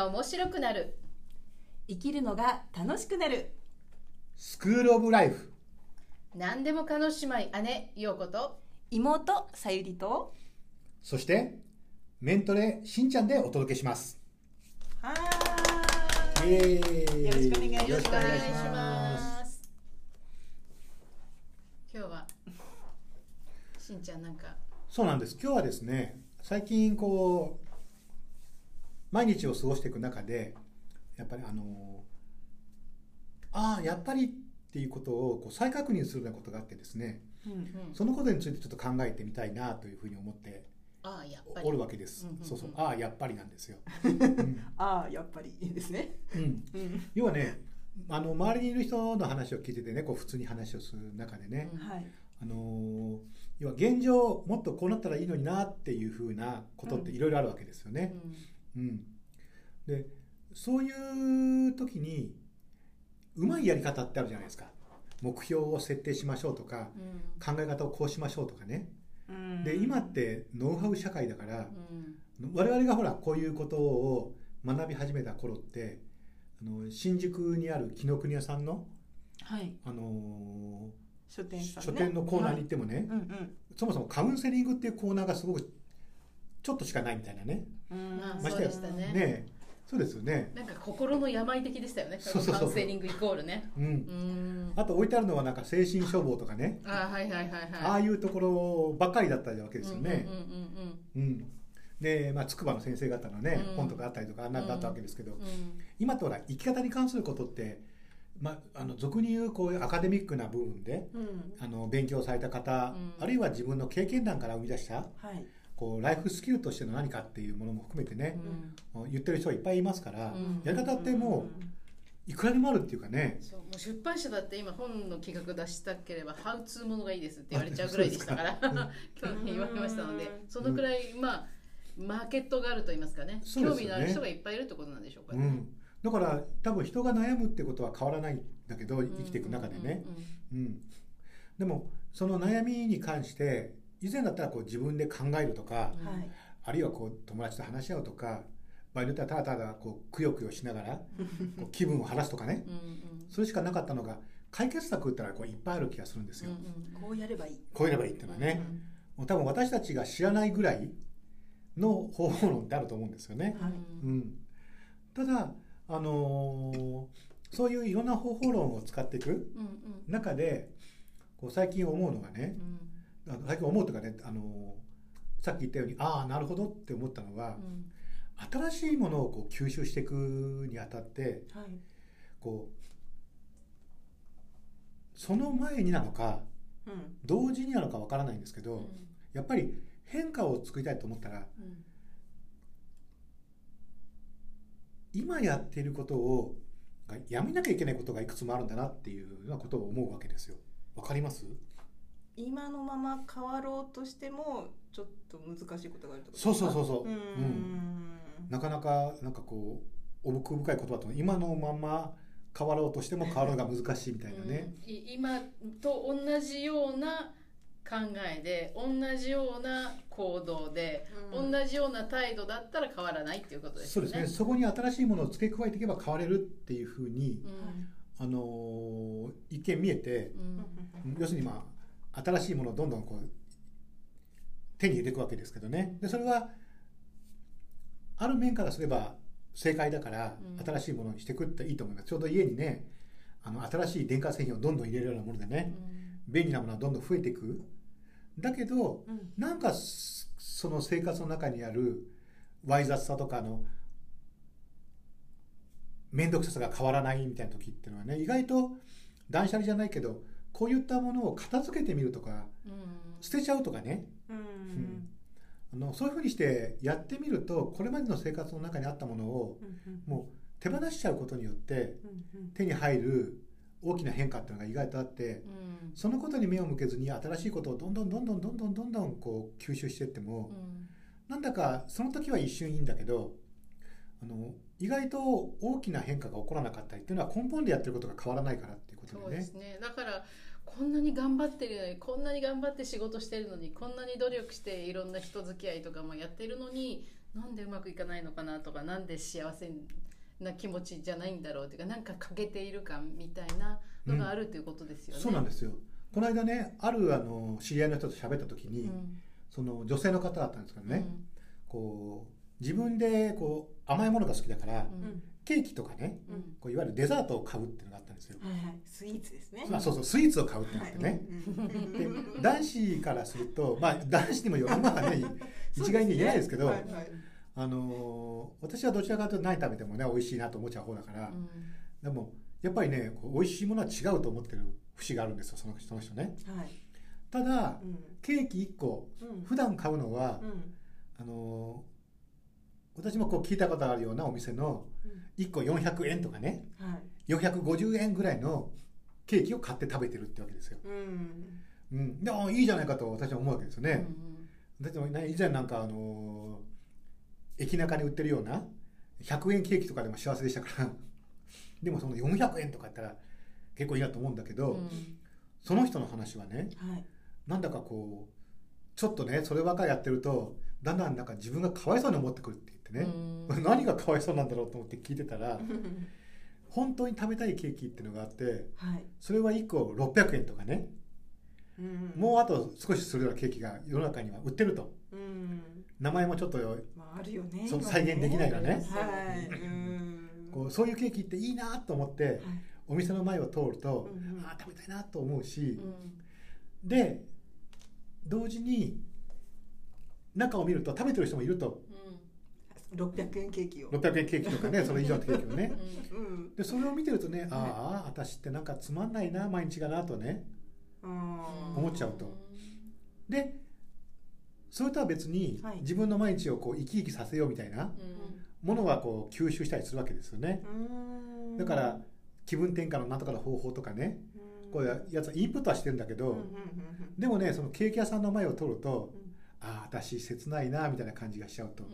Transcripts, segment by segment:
が面白くなる。 生きるのが楽しくなる。 スクールオブライフ。 何でも叶姉妹姉陽子と妹さゆりと、 そしてメントレしんちゃんでお届けします。 はーい。 よろしくお願いします。 よろしくお願いします。 今日はしんちゃんなんか。 そうなんです。今日はですね、最近こう毎日を過ごしていく中でやっぱりやっぱりっていうことをこう再確認するようなことがあってですね、そのことについてちょっと考えてみたいなというふうに思ってやっぱりおるわけです。そうそう、やっぱりなんですよ。 やっぱりいいですね。 要はね、周りにいる人の話を聞いててね、こう普通に話をする中でね、要は現状もっとこうなったらいいのになっていうふうなことっていろいろあるわけですよね。で、そういう時にうまいやり方ってあるじゃないですか。目標を設定しましょうとか、考え方をこうしましょうとかね。で、今ってノウハウ社会だから、我々がほらこういうことを学び始めた頃って新宿にある紀ノ国屋さんの、 書店さんね、 書店のコーナーに行ってもね、そもそもカウンセリングっていうコーナーがすごくちょっとしかないみたいなね。 そうでしたね。 そうですよね。 なんか心の病的でしたよね。カウンセリングイコールね。 あと置いてあるのはなんか精神処方とかね。ああいうところばっかりだったわけですよね。で、筑波の先生方のね、本とかあったりとかだったわけですけど、今とほら生き方に関することって、俗に言うこういうアカデミックな部分で、勉強された方、あるいは自分の経験談から生み出した、こうライフスキルとしての何かっていうものも含めてね、言ってる人がいっぱいいますから、やり方ってもういくらでもあるっていうかね。 そう、もう出版社だって今本の企画出したければハウツーものがいいですって言われちゃうぐらいでしたから去年言われましたので、そのくらいマーケットがあると言いますかね、興味のある人がいっぱいいるってことなんでしょうかね。 だから多分人が悩むってことは変わらないんだけど、生きていく中でね。でもその悩みに関して以前だったらこう自分で考えるとか、あるいはこう友達と話し合うとか、場合によってはただただこうくよくよしながらこう気分を晴らすとかね、それしかなかったのが、解決策ってのはこういっぱいある気がするんですよ。 こうやればいい、 こうやればいいっていうのはね、もう多分私たちが知らないぐらいの方法論ってあると思うんですよね。ただそういういろんな方法論を使っていく中で、こう最近思うのがね、最近思うというかね、さっき言ったようになるほどって思ったのは、新しいものをこう吸収していくにあたって、こうその前になのか、同時になのかわからないんですけど、やっぱり変化を作りたいと思ったら、今やっていることをやめなきゃいけないことがいくつもあるんだなっていうようなことを思うわけですよ。わかります？ 今のまま変わろうとしてもちょっと難しいことがあるとか。 そう。なかなかなんかこう奥深い言葉と、今のまま変わろうとしても変わるのが難しいみたいなね。 今と同じような考えで、同じような行動で、同じような態度だったら変わらないっていうことですよね。 そうですね。そこに新しいものを付け加えていけば変われるっていうふうに、一見見えて、要するに新しいものをどんどんこう手に入れていくわけですけどね。でそれはある面からすれば正解だから、新しいものにしていくっていいと思います。ちょうど家にね、新しい電化製品をどんどん入れるようなものでね、便利なものはどんどん増えていく。だけど、なんかその生活の中にあるわい雑さとか面倒くささが変わらないみたいな時っていうのはね、意外と断捨離じゃないけど、こういったものを片付けてみるとか、捨てちゃうとかね、そういうふうにしてやってみると、これまでの生活の中にあったものをもう手放しちゃうことによって手に入る大きな変化っていうのが意外とあって、そのことに目を向けずに新しいことをどんどんこう吸収していっても、なんだかその時は一瞬いいんだけど、意外と大きな変化が起こらなかったりっていうのは、根本でやってることが変わらないからっていうことでね。 そうですね。だからこんなに頑張ってるのに、こんなに頑張って仕事してるのに、こんなに努力していろんな人付き合いとかもやってるのに、 なんでうまくいかないのかなとか、なんで幸せな気持ちじゃないんだろうというか、なんか欠けている感みたいなのがあるということですよね。 そうなんですよ。この間ね、ある知り合いの人と喋った時に、その女性の方だったんですけどね、こう自分でこう甘いものが好きだから、ケーキとかね、こういわゆるデザートを買うっていうのがあったんですよ。 スイーツですね。 そうそう、スイーツを買うってなってね。で男子からすると、男子にもよるのはね、一概に言えないですけど、私はどちらかというと何食べてもね美味しいなと思っちゃう方だから、でもやっぱりね、こう美味しいものは違うと思ってる節があるんですよ、その人ね。ただ、ケーキ1個、普段買うのは、私もこう聞いたことがあるようなお店の1個400円とかね、450円ぐらいのケーキを買って食べてるってわけですよ。で、いいじゃないかと私は思うわけですよね。だってね、以前なんか駅中に売ってるような100円ケーキとかでも幸せでしたからでもその400円とかやったら結構いいなと思うんだけど、その人の話はね、なんだかこうちょっとね、そればっかりやってるとだんだんなんか自分がかわいそうに思ってくるって言ってね、何がかわいそうなんだろうと思って聞いてたら本当に食べたいケーキっていうのがあって、それは1個600円とかね、もうあと少しするようなケーキが世の中には売ってると、名前もちょっとあるよね、 再現できないよね。こうそういうケーキっていいなと思って、お店の前を通ると、食べたいなと思うし、で同時に中を見ると食べてる人もいると、 600円ケーキを 600円ケーキとかね、それ以上のケーキをねでそれを見てるとね、私ってなんかつまんないな毎日がなとね思っちゃうと。でそれとは別に、自分の毎日をこう生き生きさせようみたいなものはこう吸収したりするわけですよね。だから気分転換のなんとかの方法とかね、こういうやつはインプットはしてるんだけど、でもね、そのケーキ屋さんの前を通ると、私切ないなみたいな感じがしちゃうと。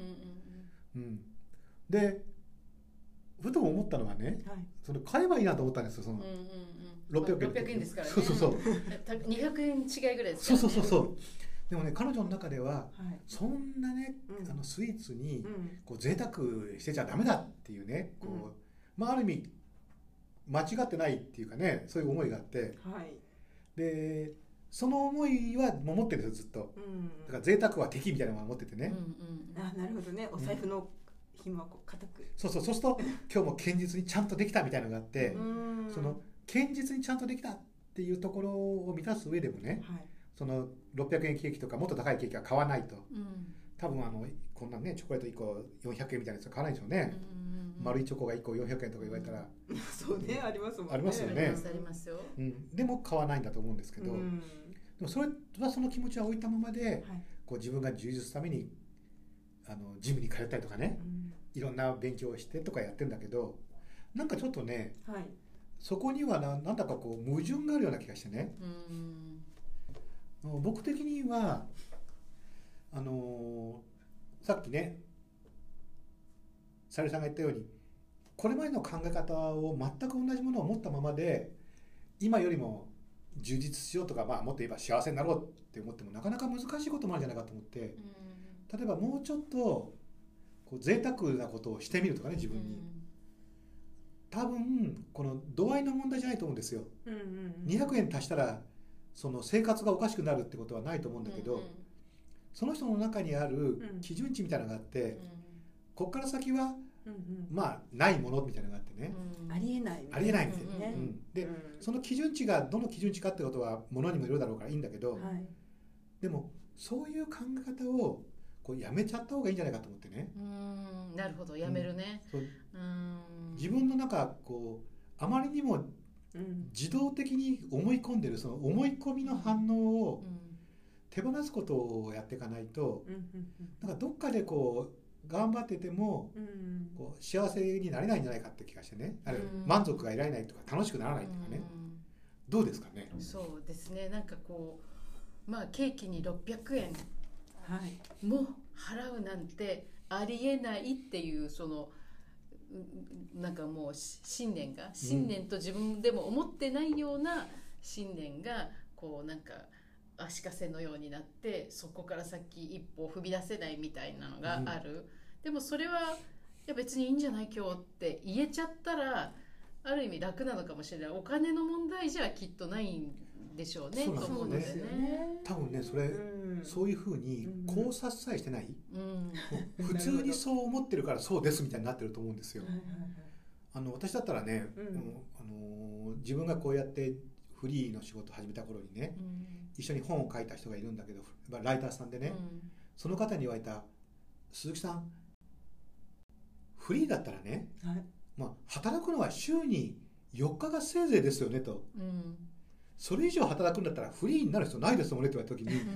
でふと思ったのはね、それ買えばいいなと思ったんですよ。その 600円ですからね。 そう 200円違いぐらいですからね。 そうでもね、彼女の中では、そんなね、スイーツにこう贅沢してちゃダメだっていうね、こうある意味間違ってないっていうかね、そういう思いがあって、でその思いは持ってるんですよ、ずっと。だから贅沢は敵みたいなものを持っててね。 なるほどね、お財布の紐はこう固く。 そうすると今日も堅実にちゃんとできたみたいなのがあって、その堅実にちゃんとできたっていうところを満たす上でもね、その600円ケーキとかもっと高いケーキは買わないと、多分こんなねチョコレート1個400円みたいなやつは買わないでしょうね。丸いチョコが1個400円とか言われたら、 そうね、ありますもんね。 ありますよね。 ありますよ。 でも買わないんだと思うんですけど、でもそれはその気持ちは置いたままで、こう自分が充実するためにジムに通ったりとかね、いろんな勉強をしてとかやってるんだけど、なんかちょっとね、そこにはなんだかこう矛盾があるような気がしてね。僕的にはさっきねさゆりさんが言ったように、これまでの考え方を全く同じものを持ったままで今よりも充実しようとか、もっと言えば幸せになろうって思ってもなかなか難しいこともあるんじゃないかと思って、例えばもうちょっとこう贅沢なことをしてみるとかね、自分に。多分この度合いの問題じゃないと思うんですよ。200円足したらその生活がおかしくなるってことはないと思うんだけど、その人の中にある基準値みたいなのがあって、ここから先はないものみたいなのがあってね、 ありえないみたいなね。でその基準値がどの基準値かってことはものにもよるだろうからいいんだけど、でもそういう考え方をこうやめちゃった方がいいんじゃないかと思ってね。 なるほど、やめるね。 自分の中こうあまりにも自動的に思い込んでるその思い込みの反応を手放すことをやっていかないと、なんかどっかでこう頑張っててもこう幸せになれないんじゃないかって気がしてね、あるいは満足が得られないとか楽しくならないとかね。どうですかね。 そうですね、なんかこうケーキに600円も払うなんてありえないっていうそのなんかもう信念と自分でも思ってないような信念がこうなんか足かせのようになって、そこから先一歩踏み出せないみたいなのがある。 でもそれはいや別にいいんじゃない今日って言えちゃったらある意味楽なのかもしれない。お金の問題じゃきっとないんでしょうねと思うんですよね。 多分ねそれ、そういうふうに考察さえしてない、普通にそう思ってるからそうですみたいになってると思うんですよ。私だったらね、自分がこうやってフリーの仕事を始めた頃にね、一緒に本を書いた人がいるんだけど、ライターさんでね、その方に言われた、鈴木さんフリーだったらね、働くのは週に4日がせいぜいですよねと、それ以上働くんだったらフリーになる必要ないですもんねって言われた時に、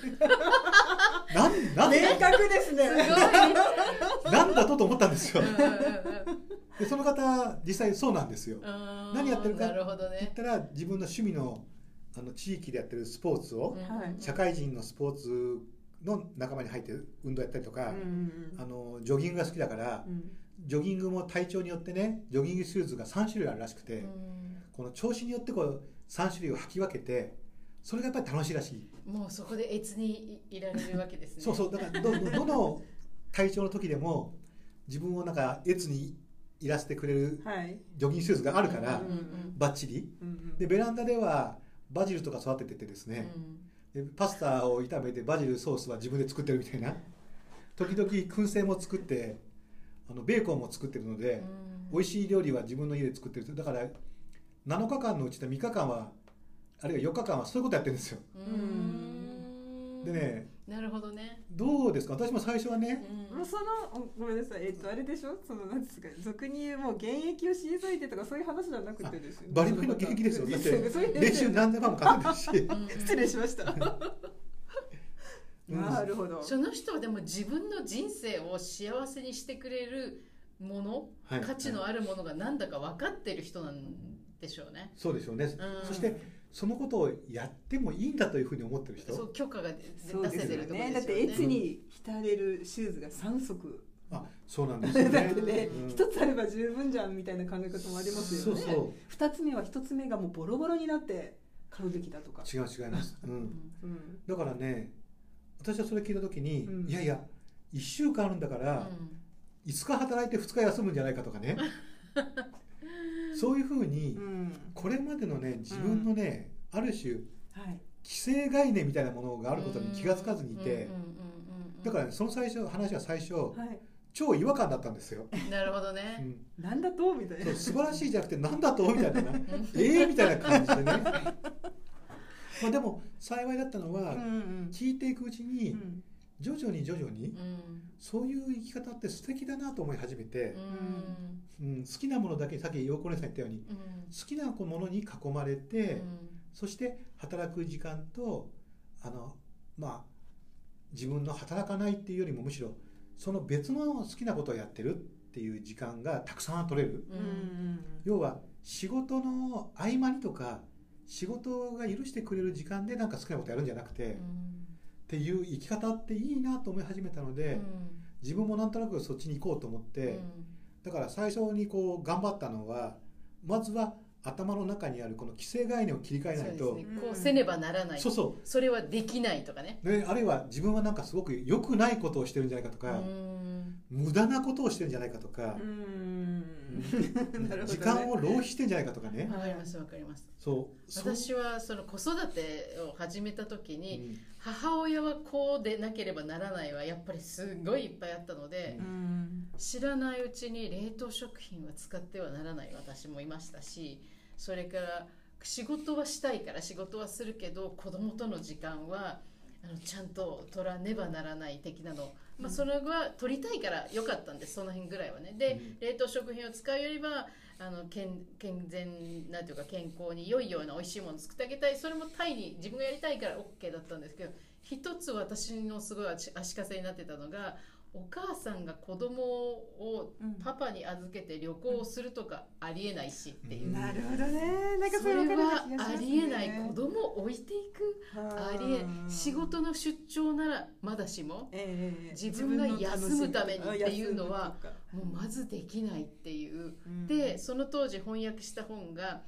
なん明確ですね。 なんだと思ったんですよ。でその方実際そうなんですよ。何やってるかって言ったら、自分の趣味の地域でやってるスポーツを、社会人のスポーツの仲間に入って運動やったりとか、ジョギングが好きだから、ジョギングも体調によってね、ジョギングシューズが3種類あるらしくて、この調子によってこう3種類を履き分けて、それがやっぱり楽しいらしい。 もうそこで越にいられるわけですね。 そうだからどの体調の時でも自分をなんか越にいらせてくれるジョギングシューズがあるから、バッチリ、でベランダではバジルとか育てててですね、でパスタを炒めてバジルソースは自分で作ってるみたいな、時々燻製も作ってベーコンも作ってるので、美味しい料理は自分の家で作ってる。だから7日間のうちの3日間はあるいは4日間はそういうことやってるんですよ。でね、 なるほどね。 どうですか。私も最初はね、 もうごめんなさい、あれでしょ、なんですか、俗に言うもう現役を退いてとかそういう話じゃなくてですよね。 バリバリの現役ですよ。だって練習何千万も稼いでるし。 失礼しました。なるほど。 その人はでも自分の人生を幸せにしてくれるもの、価値のあるものが何だか分かってる人なんでしょうね。 そうでしょうね。そしてそのことをやってもいいんだというふうに思ってる人、 そう許可が出せてるところですよね。 だって越に浸れるシューズが3足。 そうなんですよね。 だってね、1つあれば十分じゃんみたいな考え方もありますよね。2つ目は1つ目がもうボロボロになって買うべきだとか。 違います。だからね、私はそれ聞いた時に、いやいや1週間あるんだから、5日働いて2日休むんじゃないかとかね。そういうふうに、これまでのね、自分のね、ある種、既成概念みたいなものがあることに気がつかずにいて、だから、ね、その話は最初、超違和感だったんですよ。 なるほどね。 なんだとみたいな。 素晴らしいじゃなくて、なんだとみたいな、みたいな感じでね。でも幸いだったのは、聞いていくうちに、徐々にそういう生き方って素敵だなと思い始めて、好きなものだけ、さっき陽子姉さん言ったように、好きなものに囲まれて、そして働く時間と自分の働かないっていうよりも、むしろその別の好きなことをやってるっていう時間がたくさん取れる。要は仕事の合間にとか、仕事が許してくれる時間でなんか好きなことやるんじゃなくて、っていう生き方っていいなと思い始めたので、自分もなんとなくそっちに行こうと思って、だから最初にこう頑張ったのは、まずは頭の中にあるこの既成概念を切り替えないと、 こうせねばならない、それはできないとかね、 あるいは自分はなんかすごく良くないことをしてるんじゃないかとか、無駄なことをしてるんじゃないかとか、時間を浪費してるんじゃないかとかね。 わかります。私はその子育てを始めた時に、母親はこうでなければならないはやっぱりすごいいっぱいあったので、知らないうちに冷凍食品は使ってはならない私もいましたし、それから仕事はしたいから仕事はするけど、子供との時間はちゃんと取らねばならない的なの、それは取りたいから良かったんです、その辺ぐらいはね。で、冷凍食品を使うよりは健全なというか健康に良いような美味しいものを作ってあげたい、それもタイに自分がやりたいから OK だったんですけど、一つ私のすごい足かせになってたのが、お母さんが子供をパパに預けて旅行をするとかありえないしっていう、 なるほどね。なんかそれはありえない、子供を置いていくありえ、仕事の出張ならまだしも、自分が休むためにっていうのはもうまずできないっていう、でその当時翻訳した本が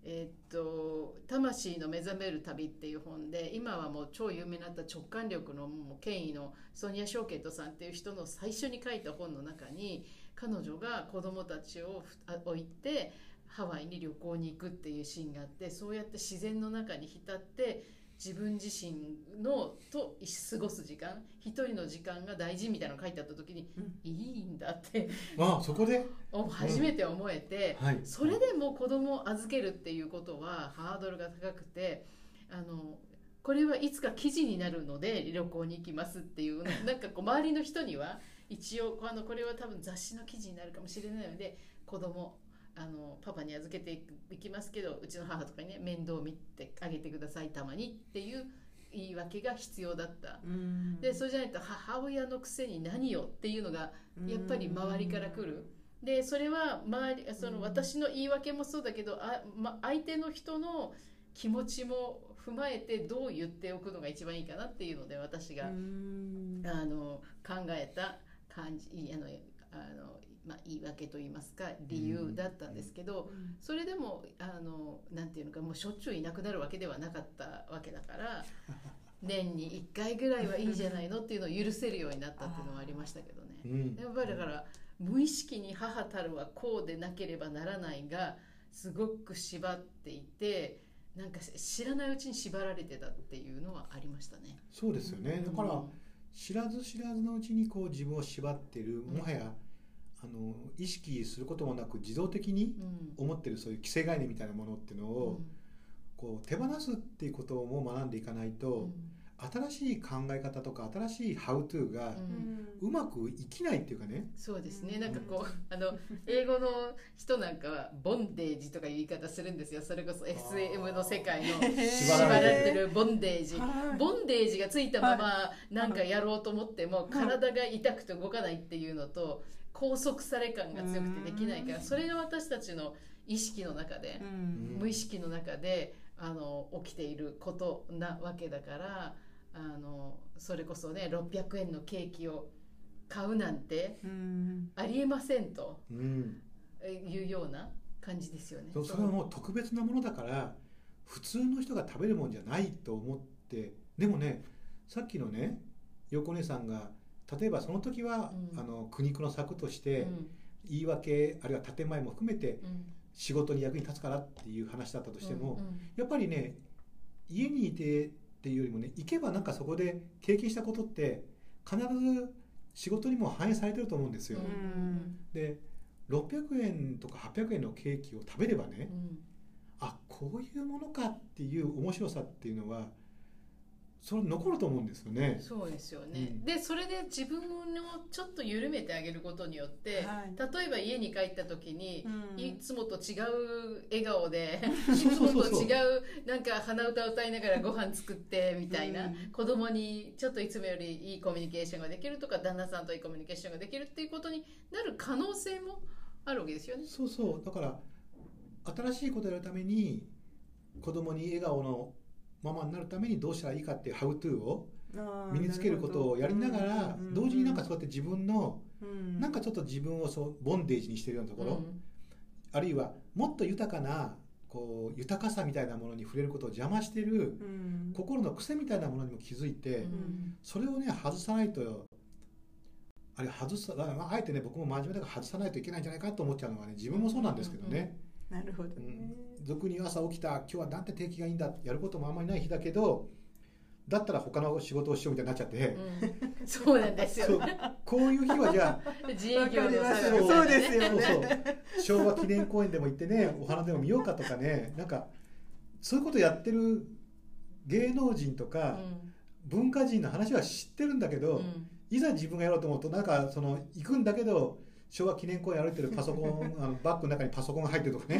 魂の目覚める旅っていう本で、今はもう超有名になった直感力のもう権威のソニア・ショーケットさんっていう人の最初に書いた本の中に、彼女が子供たちを置いてハワイに旅行に行くっていうシーンがあって、そうやって自然の中に浸って自分自身のと過ごす時間、一人の時間が大事みたいなの書いてあった時に、いいんだってそこで初めて思えて、 はい、 それでも子供を預けるっていうことはハードルが高くて、これはいつか記事になるので旅行に行きますっていうなんかこう周りの人には一応これは多分雑誌の記事になるかもしれないので、子供パパに預けていきますけど、うちの母とかにね、面倒見てあげてくださいたまにっていう言い訳が必要だった。でそれじゃないと母親のくせに何よっていうのがやっぱり周りから来る。でそれは私の言い訳もそうだけど、相手の人の気持ちも踏まえてどう言っておくのが一番いいかなっていうので、私が考えた感じ、言い訳といいますか理由だったんですけど、それでもなんていうのか、もうしょっちゅういなくなるわけではなかったわけだから年に1回ぐらいはいいじゃないのっていうのを許せるようになったっていうのはありましたけどね。やっぱりだから無意識に母たるはこうでなければならないがすごく縛っていて、なんか知らないうちに縛られてたっていうのはありましたね。 そうですよね。だから知らず知らずのうちにこう自分を縛ってる、もはや意識することもなく自動的に思ってるそういう既成概念みたいなものっていうのをこう手放すっていうことも学んでいかないと、新しい考え方とか新しいハウトゥーがうまく生きないっていうかね。 そうですね。なんかこう英語の人なんかはボンデージとかいう言い方するんですよ。それこそ SM の世界の縛られてるボンデージ、ボンデージがついたままなんかやろうと思っても体が痛くて動かないっていうのと、拘束され感が強くてできないから、それが私たちの意識の中で、無意識の中で起きていることなわけだから、それこそね600円のケーキを買うなんてありえませんというような感じですよね。 それはもう特別なものだから普通の人が食べるもんじゃないと思って、でもね、さっきのね陽子姉さんが例えばその時は、苦肉の策として、言い訳あるいは建前も含めて、仕事に役に立つからっていう話だったとしても、やっぱりね家にいてっていうよりもね、行けばなんかそこで経験したことって必ず仕事にも反映されてると思うんですよ。で600円とか800円のケーキを食べればね、こういうものかっていう面白さっていうのはそれ残ると思うんですよね。 そうですよね、でそれで自分をちょっと緩めてあげることによって、例えば家に帰った時に、いつもと違う笑顔でいつもと違うなんか鼻歌を歌いながらご飯作ってみたいな、子供にちょっといつもよりいいコミュニケーションができるとか、旦那さんといいコミュニケーションができるっていうことになる可能性もあるわけですよね。 そうそう、だから新しいことをやるために子供に笑顔のママになるためにどうしたらいいかっていうハウトゥーを身につけることをやりながら、同時になんかそうやって自分のなんかちょっと自分をボンデージにしてるようなところ、あるいはもっと豊かなこう豊かさみたいなものに触れることを邪魔してる心の癖みたいなものにも気づいて、それをね外さないと、あえてね僕も真面目だから外さないといけないんじゃないかと思っちゃうのはね、自分もそうなんですけどね。 なるほどね。 俗に朝起きた、今日はなんて天気がいいんだ、やることもあんまりない日だけど、だったら他の仕事をしようみたいになっちゃって、 そうなんですよね。 こういう日はじゃあ自営業のそうですよね。昭和記念公園でも行ってね、お花でも見ようかとかね、なんかそういうことやってる芸能人とか、文化人の話は知ってるんだけど、いざ自分がやろうと思うとなんかその行くんだけど、昭和記念公園歩いてるパソコンバッグの中にパソコンが入ってるとかね。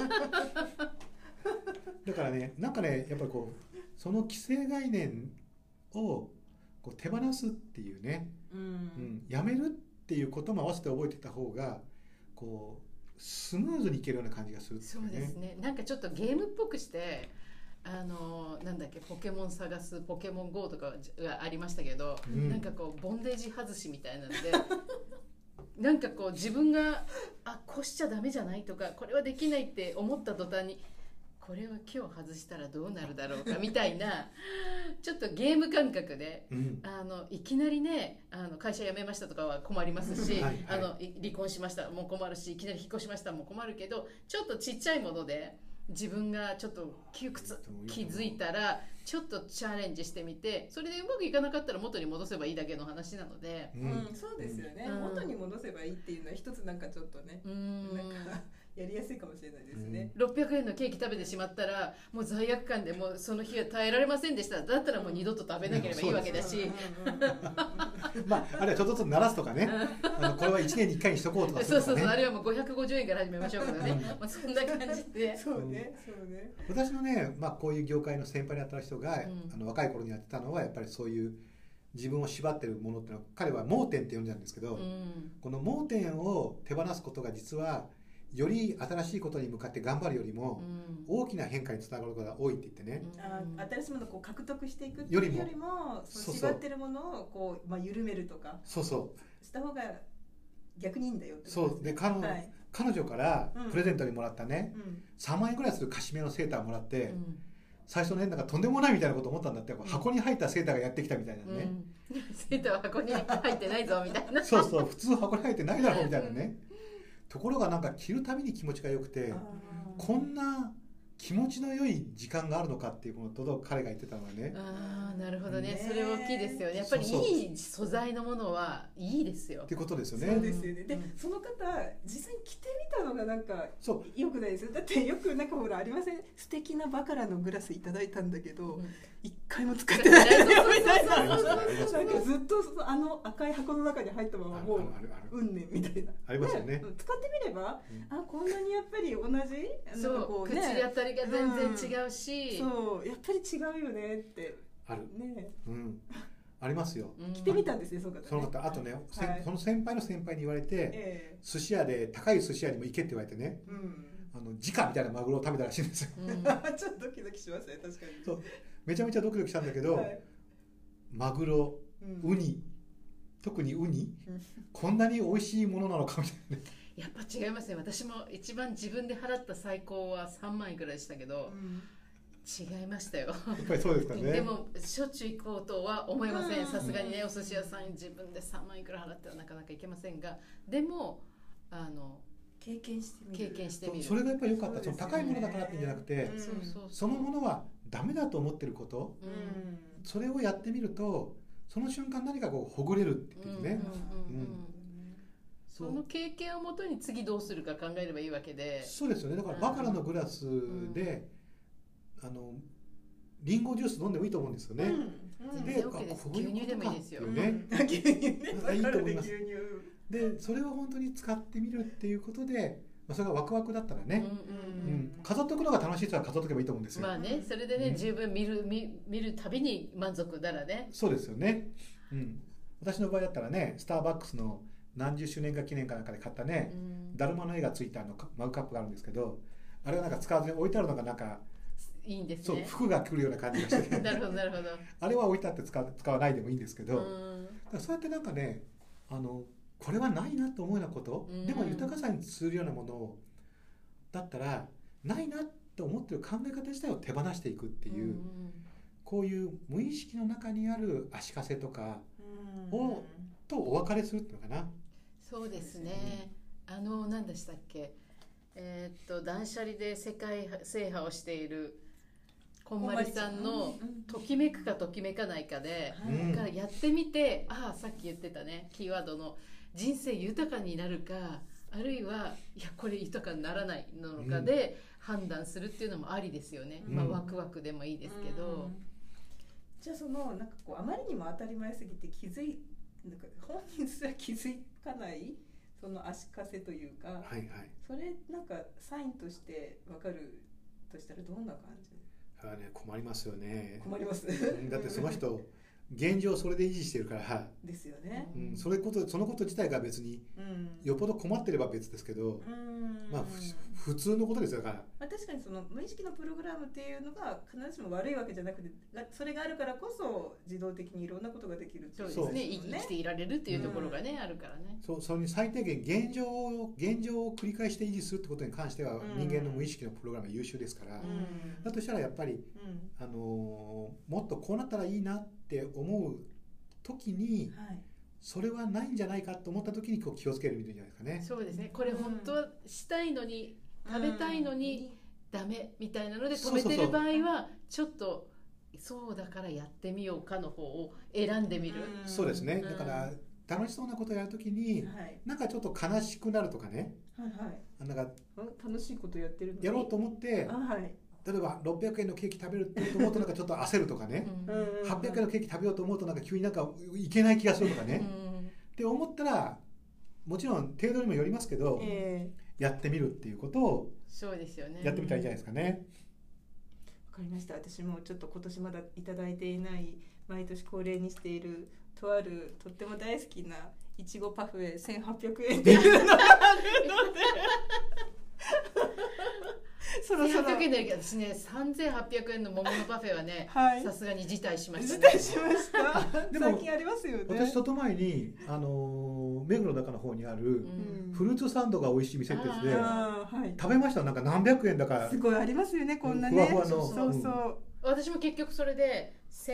だからね、なんかね、やっぱりこうその既成概念をこう手放すっていうね、やめるっていうことも合わせて覚えていた方がこうスムーズにいけるような感じがするっていうね。 そうですね。なんかちょっとゲームっぽくしてなんだっけ、ポケモン探すポケモン GO とかがありましたけど、なんかこうボンデージ外しみたいなのでなんかこう自分がこうしちゃダメじゃないとか、これはできないって思った途端にこれを今日外したらどうなるだろうかみたいなちょっとゲーム感覚で、いきなりね会社辞めましたとかは困りますし、はいはい、離婚しましたも困るし、いきなり引っ越しましたも困るけど、ちょっとちっちゃいもので自分がちょっと窮屈気づいたらちょっとチャレンジしてみて、それでうまくいかなかったら元に戻せばいいだけの話なので、 そうですよね、元に戻せばいいっていうのは一つなんかちょっとね、なんかやりやすいかもしれないですね。 600円のケーキ食べてしまったらもう罪悪感でもうその日は耐えられませんでした。だったらもう二度と食べなければいいわけだし、 まああれはちょっとずつ鳴らすとかねこれは1年に1回にしとこうとかするとかね、 そうあれはもう550円から始めましょうからねまあそんな感じでそうね私のね、まあ、こういう業界の先輩にあった人が、若い頃にやってたのはやっぱりそういう自分を縛ってるものっていうのは彼は盲点って呼んじゃうんですけど、この盲点を手放すことが実はより新しいことに向かって頑張るよりも大きな変化につながることが多いって言ってね、 新しいものをこう獲得していくっていうよりも縛ってるものをこう、緩めるとかした方が逆にいいんだよって。 そうで彼女からプレゼントにもらったね、3万円ぐらいするカシメのセーターをもらって、最初ねなんかとんでもないみたいなこと思ったんだって、箱に入ったセーターがやってきたみたいなね、 セーターは箱に入ってないぞみたいなそう普通箱に入ってないだろうみたいなねところがなんか着るたびに気持ちが良くて、こんな気持ちの良い時間があるのかっていうことを彼が言ってたのはね。 なるほどね、それ大きいですよね。やっぱりいい素材のものはいいですよってことですよね。 そうですよね。で、その方実際に着てみたのがなんか良くないですよ。だってよくなんかほらありません、素敵なバカラのグラスいただいたんだけど一回も使ってないよみたいな、なんかずっと赤い箱の中に入ったままもううんねんみたいなありますよね。 使ってみればこんなにやっぱぱり同じそう口当たりが全然違うし、 そうやっぱり違うよねってあるね、 ありますよ。 着てみたんですね、その方あとね、その先輩の先輩に言われて、寿司屋で高い寿司屋にも行けって言われてね、直みたいなマグロを食べたらしいんですよ。 ちょっとドキドキしますね、確かに。 そうめちゃめちゃドキドキしたんだけど、マグロ、ウニ、特にウニ、こんなに美味しいものなのかみたいなね。 やっぱ違いますね。私も一番自分で払った最高は3万いくらでしたけど、違いましたよ。やっぱりそうですかね。 でもしょっちゅう行こうとは思いません。さすがにね、お寿司屋さんに自分で3万いくら払ってはなかなか行けませんが、でも経験してみる。 それがやっぱり良かった。その高いものだからっていうんじゃなくて、そのものはダメだと思ってること、それをやってみると、その瞬間何かこうほぐれるっていうね。 その経験をもとに次どうするか考えればいいわけで。 そうですよね。だからバカラのグラスで、リンゴジュース飲んでもいいと思うんですよね。 で、牛乳でもいいですよ。 牛乳ね。 いいと思います。で、それを本当に使ってみるっていうことで、それがワクワクだったらね、飾っておくのが楽しい人は飾っておけばいいと思うんですよ。 まあね、それでね、十分見るたびに満足ならね。 そうですよね。私の場合だったらね、スターバックスの何十周年か記念かなんかで買ったね、だるまの絵がついたマグカップがあるんですけど、あれはなんか使わずに置いてあるのがなんかいいんですね。 そう、服が来るような感じがしてなるほどなるほど。 あれは置いてあって使わないでもいいんですけど、そうやってなんかね、これはないなと思うようなこと、でも豊かさに通るようなものだったらないなと思ってる考え方自体を手放していくっていう、こういう無意識の中にある足かせとかとお別れするっていうのかな。 そうですね。何でしたっけ、断捨離で世界制覇をしているこんまりさんのときめくかときめかないかで、だからやってみて、さっき言ってたね、キーワードの人生豊かになるか、あるいはいやこれ豊かにならないのかで判断するっていうのもありですよね。ワクワクでもいいですけど、 じゃあなんかこうあまりにも当たり前すぎてなんか本人すら気づかないその足かせというか、それなんかサインとして分かるとしたらどんな感じ？ 困りますよね。 困ります。 だってその人現状それで維持してるからですよね、 そのこと自体が別によっぽど困ってれば別ですけど、まあ普通のことですよ。だから、 まあ、確かにその無意識のプログラムっていうのが必ずしも悪いわけじゃなくて、それがあるからこそ自動的にいろんなことができるっていう。 そうですね、生きていられるっていうところがね、あるからね。 それに最低限現状を繰り返して維持するってことに関しては、人間の無意識のプログラムは優秀ですから、だとしたらやっぱり、もっとこうなったらいいなって思う時に、それはないんじゃないかと思った時にこう気をつけるみたいじゃないですかね。 そうですね。これ本当はしたいのに、食べたいのにダメみたいなので止めてる場合はちょっとそうだからやってみようかの方を選んでみる。 そうですね。だから楽しそうなことをやるときに、なんかちょっと悲しくなるとかね。なんか楽しいことやってるのにやろうと思って、例えば600円のケーキ食べるって思うとなんかちょっと焦るとかね。800円のケーキ食べようと思うとなんか急になんかいけない気がするとかね。って思ったらもちろん程度にもよりますけど。やってみるっていうことをやってみたらいいんじゃないですかね。 わかりました。私もちょっと今年まだいただいていない毎年恒例にしているとあるとっても大好きないちごパフェ1800円っていうのがあるのでそろそろ1800円だけど私ね3800円の桃のパフェはねさすがに辞退しましたね。 辞退しましたでも最近ありますよね。 私ちょっと前に目黒の中の方にあるフルーツサンドが美味しい店ってやつで食べました。なんか何百円だからすごいありますよねこんなね。 ふわふわのそう私も結局それで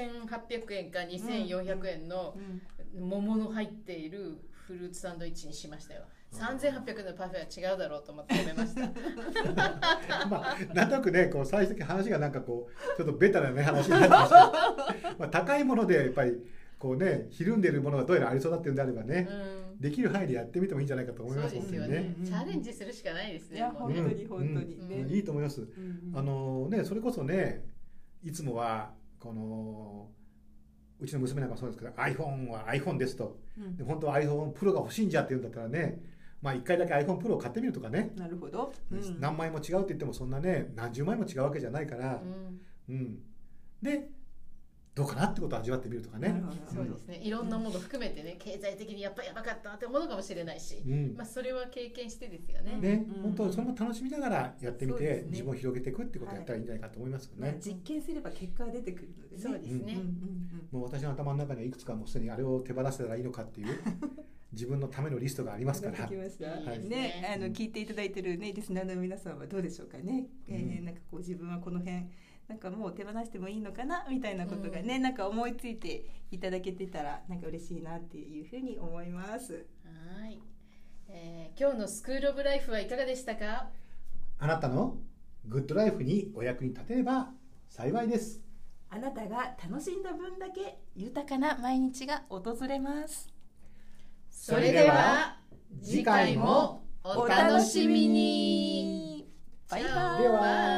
1800円か2400円の桃の入っているフルーツサンドイッチにしましたよ。3800円のパフェは違うだろうと思って食べましたまあなんとなくねこう最終的に話がなんかこうちょっとベタなね話になってましたまあ高いものでやっぱりこうねひるんでるものがどうやらありそうだっていうんであればね、できる範囲でやってみてもいいんじゃないかと思いますね。そうですよね、チャレンジするしかないですね。 いや本当に本当にね、 いいと思います。ねそれこそねいつもはこのうちの娘なんかもそうですけど iPhone は iPhone ですと、で本当は iPhone Pro が欲しいんじゃって言うんだったらね、まあ1回だけ iPhone Pro を買ってみるとかね。 なるほど、 何枚も違うって言ってもそんなね何十枚も違うわけじゃないから、でどうかなってことを味わってみるとかね。 そうですね。いろんなもの含めてね、経済的にやっぱりやばかったって思うのかもしれないし、まあそれは経験してですよね。 ね、本当それも楽しみながらやってみて、自分を広げていくってことをやったらいいんじゃないかと思いますよね。 実験すれば結果が出てくるのでね。 そうですね。 もう私の頭の中にはいくつかもうすでにあれを手放せたらいいのかっていう自分のためのリストがありますから。 ね、聞いていただいてるねリスナーの皆さんはどうでしょうかね。なんかこう自分はこの辺なんかもう手放してもいいのかなみたいなことがね、なんか思いついていただけてたらなんか嬉しいなっていうふうに思います。 はい、今日のスクールオブライフはいかがでしたか。 あなたのグッドライフにお役に立てれば幸いです。 あなたが楽しんだ分だけ豊かな毎日が訪れます。 それでは次回もお楽しみに。 バイバイ。 では